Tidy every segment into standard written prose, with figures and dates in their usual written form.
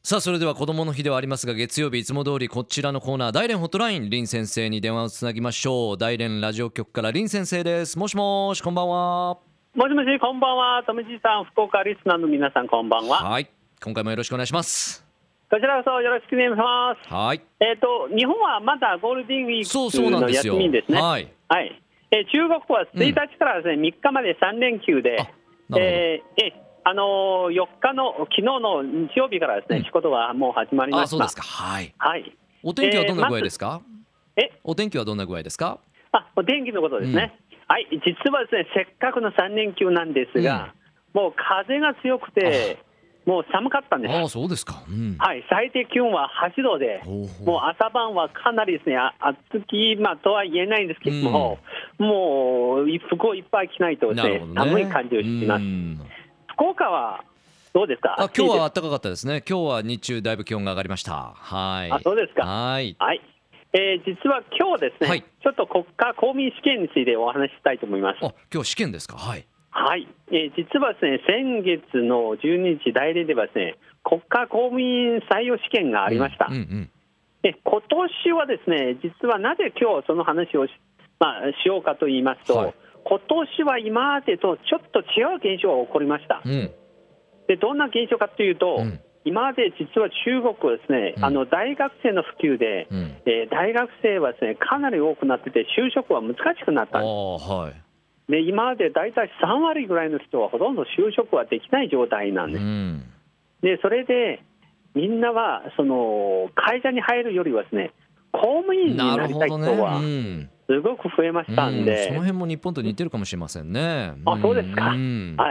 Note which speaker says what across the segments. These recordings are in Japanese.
Speaker 1: さあそれでは子どもの日ではありますが、月曜日いつも通りこちらのコーナー、大連ホットライン、林先生に電話をつなぎましょう。大連ラジオ局から林先生です。もしもし、こんばんは。
Speaker 2: もしもし、こんばんは。富士さん、福岡リスナーの皆さん、こんばんは。
Speaker 1: はい、今回もよろしくお願いします。
Speaker 2: こちらこそよろしくお願いします。
Speaker 1: はい。
Speaker 2: 日本はまだゴールデンウィ
Speaker 1: そう
Speaker 2: ークの休みですね。
Speaker 1: はい。
Speaker 2: はい。中国は1日からですね、3日まで3連休で、
Speaker 1: なる
Speaker 2: 4日の昨日の日曜日からですね、仕事がもう始まりました。
Speaker 1: そうですか。はい。
Speaker 2: はい。
Speaker 1: お天気はどんな具合ですか？お天気はどんな具合ですか？
Speaker 2: お天気のことですね。はい。実はですね、せっかくの3連休なんですが、もう風が強くて、もう寒かったんです。
Speaker 1: そうですか。
Speaker 2: はい、最低気温は8度で、もう朝晩はかなりですね、暑き、とは言えないんですけども、もう服をいっぱい着ないとですね、寒い感じをします。福岡はどうですか？
Speaker 1: 今日は暖かかったですね。今日は日中だいぶ気温が上がりました。はい。
Speaker 2: そうですか。
Speaker 1: はい。
Speaker 2: はい。実は今日ですね、ちょっと国家公務員試験についてお話ししたいと思います。
Speaker 1: 今日試験ですか？はい。
Speaker 2: はい。実はですね、先月の12日、大連ではですね、国家公務員採用試験がありました。今年はですね、実はなぜ今日その話をしようかと言いますと、今年は今までとちょっと違う現象が起こりました。でどんな現象かというと、今まで実は中国はですね、大学生の普及で、大学生はですね、かなり多くなってて、就職は難しくなったんです。で今まで大体3割ぐらいの人はほとんど就職はできない状態なんです。でそれでみんなはその会社に入るよりはですね、公務員になりたい人はすごく増えましたんで、
Speaker 1: その辺も日本と似てるかもしれませんね。
Speaker 2: そうですか。はい。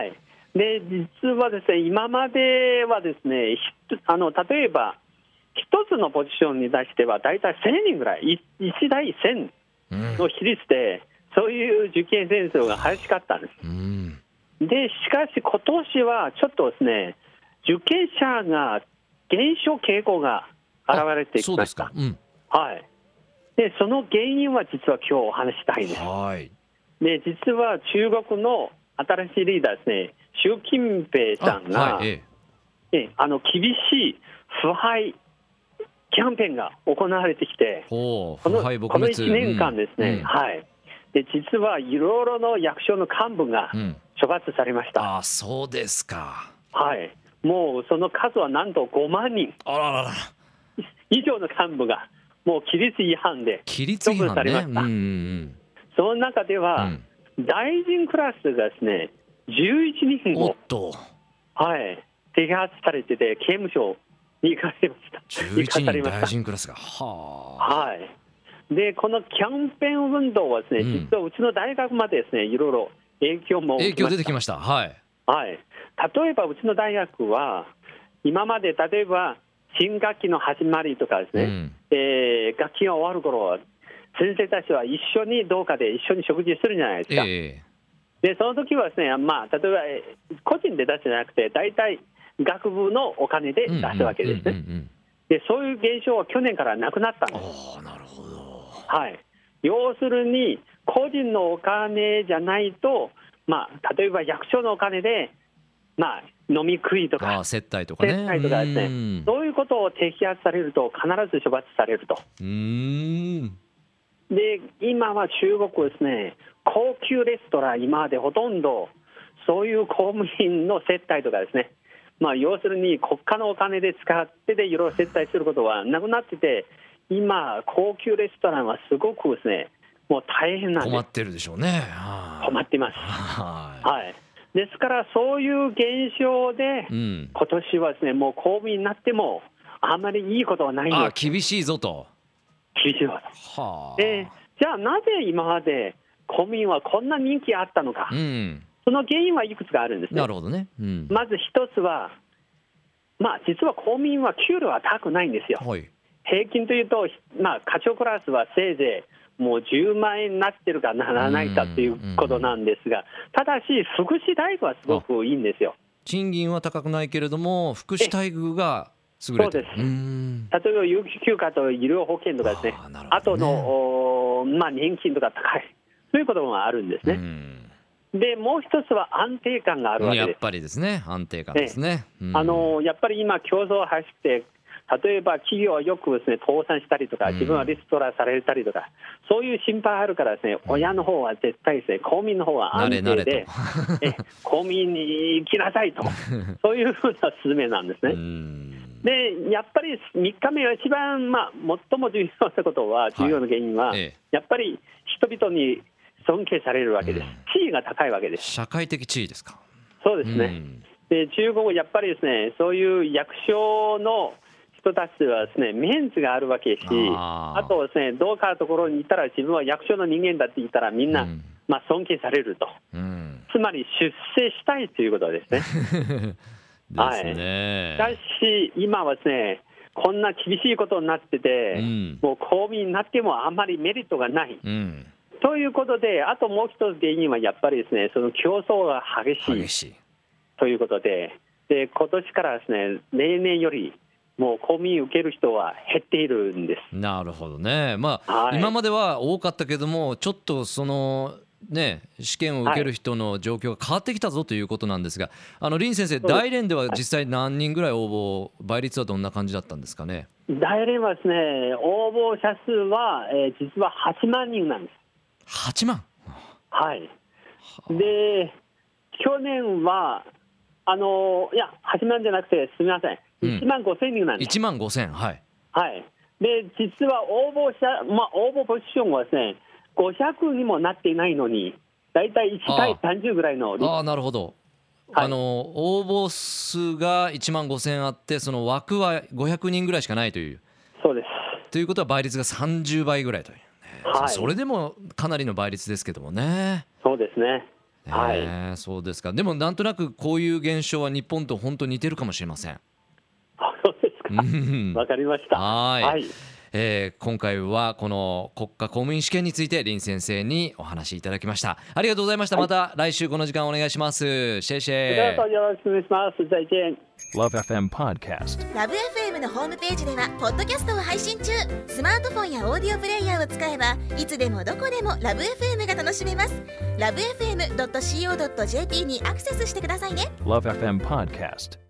Speaker 2: で実はですね、今まではですね、例えば一つのポジションに対しては大体1000人ぐらい、1対1000の比率で、そういう受験戦争が激しかったんです。でしかし今年はちょっとですね、受験者が減少傾向が現れてきました。はい。でその原因は実は今日お話したいんです。で実は中国の新しいリーダーですね、習近平さんが、厳しい腐敗キャンペーンが行われてきて、この1年間ですね、で実はいろいろの役所の幹部が処罰されました。
Speaker 1: そうですか。
Speaker 2: はい。もうその数はなんと5万人以上の幹部がもう規律違反で処分されました。その中では、大臣クラスがですね、11人も摘発されてて、刑務所に行かれました。
Speaker 1: 11人大臣クラスが。
Speaker 2: はい。でこのキャンペーン運動はですね、実はうちの大学までですね、いろいろ影響出
Speaker 1: てきました。はい。
Speaker 2: はい。例えばうちの大学は今まで例えば新学期の始まりとかですね、学期が終わる頃、先生たちは一緒にどうかで一緒に食事するじゃないですか。でその時はですね、例えば個人で出すじゃなくて、大体学部のお金で出すわけですね。でそういう現象は去年からなくなったんです。
Speaker 1: なるほど。
Speaker 2: はい。要するに個人のお金じゃないと、例えば役所のお金で、飲み食いとか
Speaker 1: 接待とかね、
Speaker 2: ですね、そういうことを摘発されると必ず処罰されると。で今は中国はですね、高級レストラン、今までほとんどそういう公務員の接待とかですね、要するに国家のお金で使ってでいろいろ接待することはなくなってて、今高級レストランはすごくですね、もう大変なんです。
Speaker 1: 困ってるでしょうね。
Speaker 2: 困っています。はい。ですからそういう現象で、今年はですね、もう公務員になってもあんまりいいことはないんです。
Speaker 1: 厳しいぞと。
Speaker 2: 厳しいぞと。じゃあなぜ今まで公務員はこんな人気あったのか。その原因はいくつかあるんですね。
Speaker 1: なるほどね。
Speaker 2: まず一つは、実は公務員は給料は高くないんですよ。平均というと、課長クラスはせいぜいもう10万円になってるかならないかということなんですが、ただし福祉待遇はすごくいいんですよ。
Speaker 1: 賃金は高くないけれども福祉待遇が優れてる。
Speaker 2: そうです。例えば有給休暇と医療保険とかですね、あとの年金とか高い、そういうこともあるんですね。 でもう一つは安定感があるわけです。
Speaker 1: やっぱりですね、安定感ですね。
Speaker 2: やっぱり今競争を走って、例えば企業はよくですね倒産したりとか、自分はリストラされたりとか、そういう心配あるからですね、親の方は絶対ですね、公民の方は安定で公民に行きなさいとそういうふうな勧めなんですね。でやっぱり3日目は一番、最も重要なことは、重要な原因は、やっぱり人々に尊敬されるわけです。地位が高いわけです。
Speaker 1: 社会的地位ですか。
Speaker 2: そうですね。で中国やっぱりですね、そういう役所の人たちはですね、メンツがあるわけし、あとですね、どうかのところにいたら自分は役所の人間だって言ったらみんな、尊敬されると、つまり出世したいということですね。ですね。しかし今はですね、こんな厳しいことになってて、もう公民になってもあんまりメリットがない、ということで、あともう一つ原因はやっぱりですね、その競争が激しいということで、今年からですね、例年よりもう公民受ける人は減っているんです。
Speaker 1: なるほどね。今までは多かったけども、ちょっとそのね、試験を受ける人の状況が変わってきたぞということなんですが、林先生、大連では実際何人ぐらい応募、倍率はどんな感じだったんですかね。
Speaker 2: 大連はですね、応募者数は、実は8万人なんです。
Speaker 1: 8万。
Speaker 2: はい。で去年はいや8万じゃなくて、すみません、1万5千人なんです。
Speaker 1: 1万5千、はい。
Speaker 2: はい。で実は応募ポジションはですね、500にもなっていないのに、だいたい1対30ぐらいの。
Speaker 1: なるほど。応募数が1万5千あって、その枠は500人ぐらいしかないという。
Speaker 2: そうです。
Speaker 1: ということは倍率が30倍ぐらいという、それでもかなりの倍率ですけどもね。
Speaker 2: そうですね。
Speaker 1: そうですか。でもなんとなくこういう現象は日本と本当に似てるかもしれません。
Speaker 2: そうですか。わかりました。はい。
Speaker 1: 今回はこの国家公務員試験について林先生にお話しいただきました。ありがとうございました。また来週この時間お願いします。シェイシェイ。
Speaker 2: よろしくお願いします。再見。
Speaker 3: LoveFM Podcast。
Speaker 4: LoveFM のホームページではポッドキャストを配信中。スマートフォンやオーディオプレイヤーを使えばいつでもどこでも LoveFM が楽しめます。LoveFM.co.jp にアクセスしてくださいね。
Speaker 3: LoveFM Podcast。